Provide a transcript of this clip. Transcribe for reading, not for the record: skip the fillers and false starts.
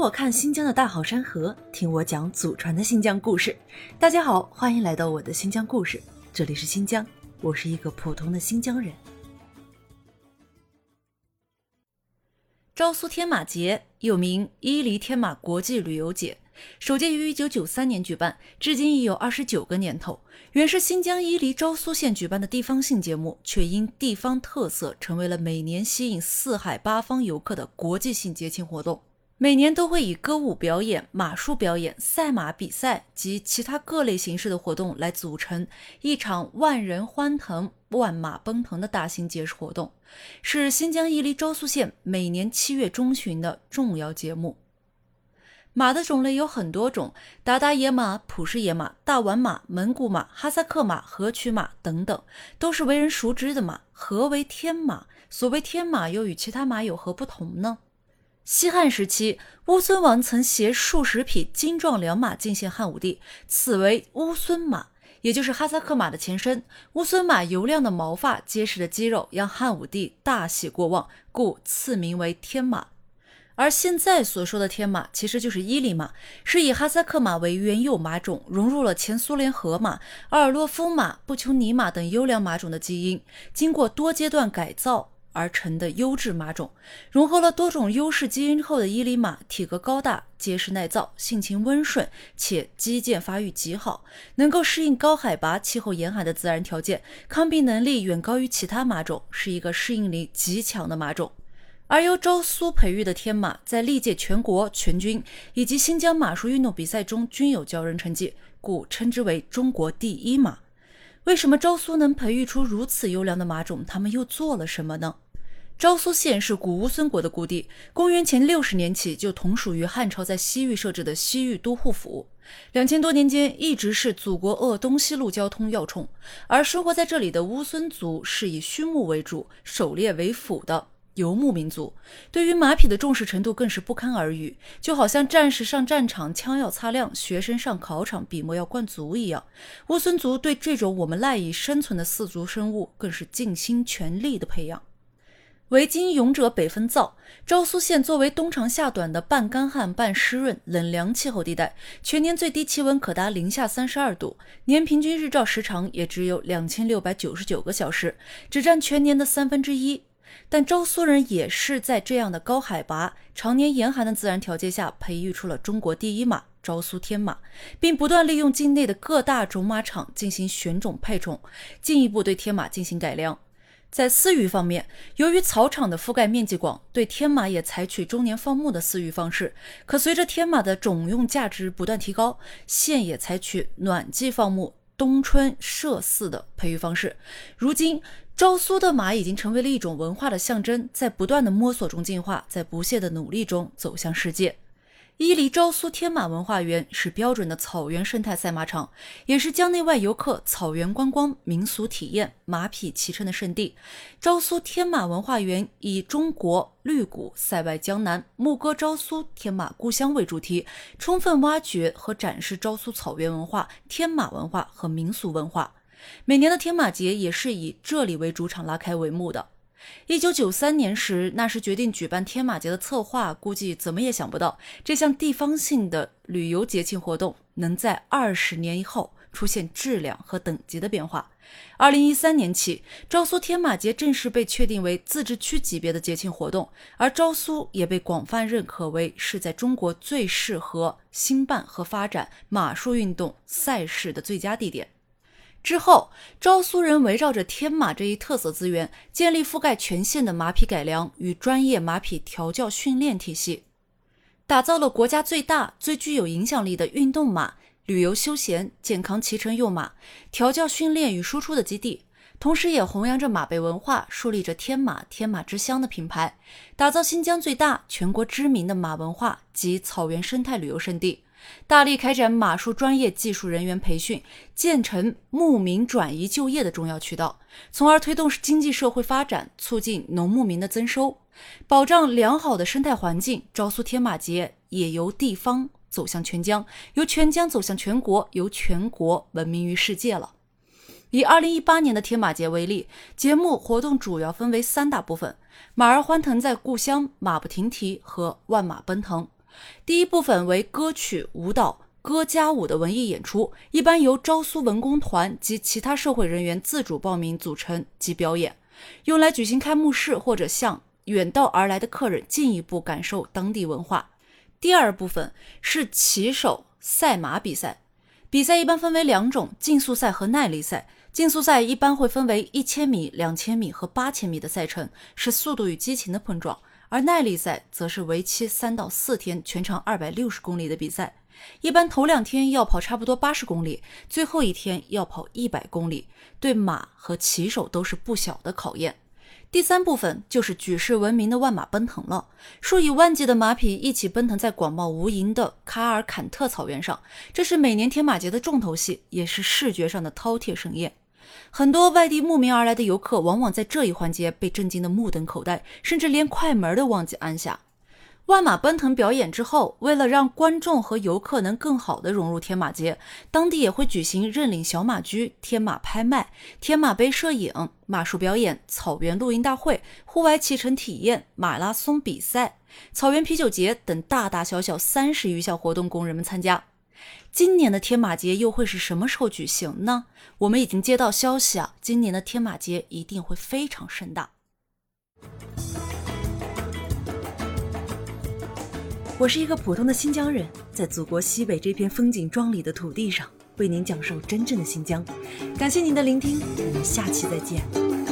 我看新疆的大好山河，听我讲祖传的新疆故事。大家好，欢迎来到我的新疆故事，这里是新疆，我是一个普通的新疆人。昭苏天马节又名伊犁天马国际旅游节，首届于1993年举办，至今已有29个年头。原是新疆伊犁昭苏县举办的地方性节目，却因地方特色成为了每年吸引四海八方游客的国际性节庆活动。每年都会以歌舞表演、马术表演、赛马比赛及其他各类形式的活动来组成一场万人欢腾、万马奔腾的大型节日活动，是新疆伊犁昭苏县每年7月中旬的重要节目。马的种类有很多种，鞑靼野马、普什野马、大宛马、蒙古马、哈萨克马、河曲马等等，都是为人熟知的马。何为天马？所谓天马又与其他马有何不同呢？西汉时期，乌孙王曾携数十匹精壮良马进献汉武帝，此为乌孙马，也就是哈萨克马的前身。乌孙马油亮的毛发、结实的肌肉让汉武帝大喜过望，故赐名为天马。而现在所说的天马其实就是伊犁马，是以哈萨克马为原有马种，融入了前苏联河马、阿尔洛夫马、布丘尼马等优良马种的基因，经过多阶段改造而成的优质马种，融合了多种优势基因后的伊犁马，体格高大、结实耐造、性情温顺，且肌腱发育极好，能够适应高海拔、气候严寒的自然条件，抗病能力远高于其他马种，是一个适应力极强的马种。而由昭苏培育的天马，在历届全国、全军以及新疆马术运动比赛中均有骄人成绩，故称之为中国第一马。为什么昭苏能培育出如此优良的马种？他们又做了什么呢？昭苏县是古乌孙国的故地，公元前60年起就同属于汉朝在西域设置的西域都护府，2000多年间一直是祖国鄂东西路交通要冲。而生活在这里的乌孙族是以畜牧为主、狩猎为辅的游牧民族，对于马匹的重视程度更是不堪而语，就好像战士上战场枪要擦亮，学生上考场笔墨要灌足一样。乌孙族对这种我们赖以生存的四足生物更是尽心全力的培养。为今勇者北风燥，昭苏县作为冬长夏短的半干旱半湿润冷凉气候地带，全年最低气温可达零下32度，年平均日照时长也只有2699个小时，只占全年的1/3。但昭苏人也是在这样的高海拔、常年严寒的自然条件下，培育出了中国第一马昭苏天马，并不断利用境内的各大种马场进行选种配种，进一步对天马进行改良。在饲育方面，由于草场的覆盖面积广，对天马也采取终年放牧的饲育方式。可随着天马的种用价值不断提高，县也采取暖季放牧、冬春射饲的培育方式。如今昭苏的马已经成为了一种文化的象征，在不断的摸索中进化，在不懈的努力中走向世界。伊犁昭苏天马文化园是标准的草原生态赛马场，也是疆内外游客草原观光、民俗体验、马匹骑乘的圣地。昭苏天马文化园以中国绿谷塞外江南牧歌昭苏天马故乡为主题，充分挖掘和展示昭苏草原文化、天马文化和民俗文化。每年的天马节也是以这里为主场拉开帷幕的。1993年时，那时决定举办天马节的策划，估计怎么也想不到，这项地方性的旅游节庆活动能在20年以后出现质量和等级的变化。2013年起，昭苏天马节正式被确定为自治区级别的节庆活动，而昭苏也被广泛认可为是在中国最适合兴办和发展马术运动赛事的最佳地点。之后，昭苏人围绕着天马这一特色资源，建立覆盖全县的马匹改良与专业马匹调教训练体系，打造了国家最大、最具有影响力的运动马、旅游休闲、健康骑乘用马、调教训练与输出的基地，同时也弘扬着马背文化，树立着天马、天马之乡的品牌，打造新疆最大、全国知名的马文化及草原生态旅游胜地。大力开展马术专业技术人员培训，建成牧民转移就业的重要渠道，从而推动经济社会发展，促进农牧民的增收，保障良好的生态环境。昭苏天马节也由地方走向全疆，由全疆走向全国，由全国闻名于世界了。以2018年的天马节为例，节目活动主要分为3大部分：马儿欢腾在故乡、马不停蹄和万马奔腾。 第一部分为歌曲、舞蹈、歌加舞的文艺演出，一般由昭苏文工团及其他社会人员自主报名组成及表演，用来举行开幕式或者向远道而来的客人进一步感受当地文化。第二部分是骑手赛马比赛，比赛一般分为2种，竞速赛和耐力赛。竞速赛一般会分为1000米、2000米和8000米的赛程，是速度与激情的碰撞，而耐力赛则是为期3到4天，全长260公里的比赛。一般头2天要跑差不多80公里，最后1天要跑100公里，对马和骑手都是不小的考验。第3部分就是举世闻名的万马奔腾了，数以万计的马匹一起奔腾在广袤无垠的卡尔坎特草原上，这是每年天马节的重头戏，也是视觉上的饕餮盛宴。很多外地慕名而来的游客往往在这一环节被震惊得目瞪口呆，甚至连快门都忘记按下。万马奔腾表演之后，为了让观众和游客能更好地融入天马节，当地也会举行认领小马驹、天马拍卖、天马杯摄影、马术表演、草原露营大会、户外骑乘体验、马拉松比赛、草原啤酒节等大大小小30余项活动供人们参加。今年的天马节又会是什么时候举行呢？我们已经接到消息今年的天马节一定会非常盛大。我是一个普通的新疆人，在祖国西北这片风景壮丽的土地上，为您讲述真正的新疆。感谢您的聆听，我们下期再见。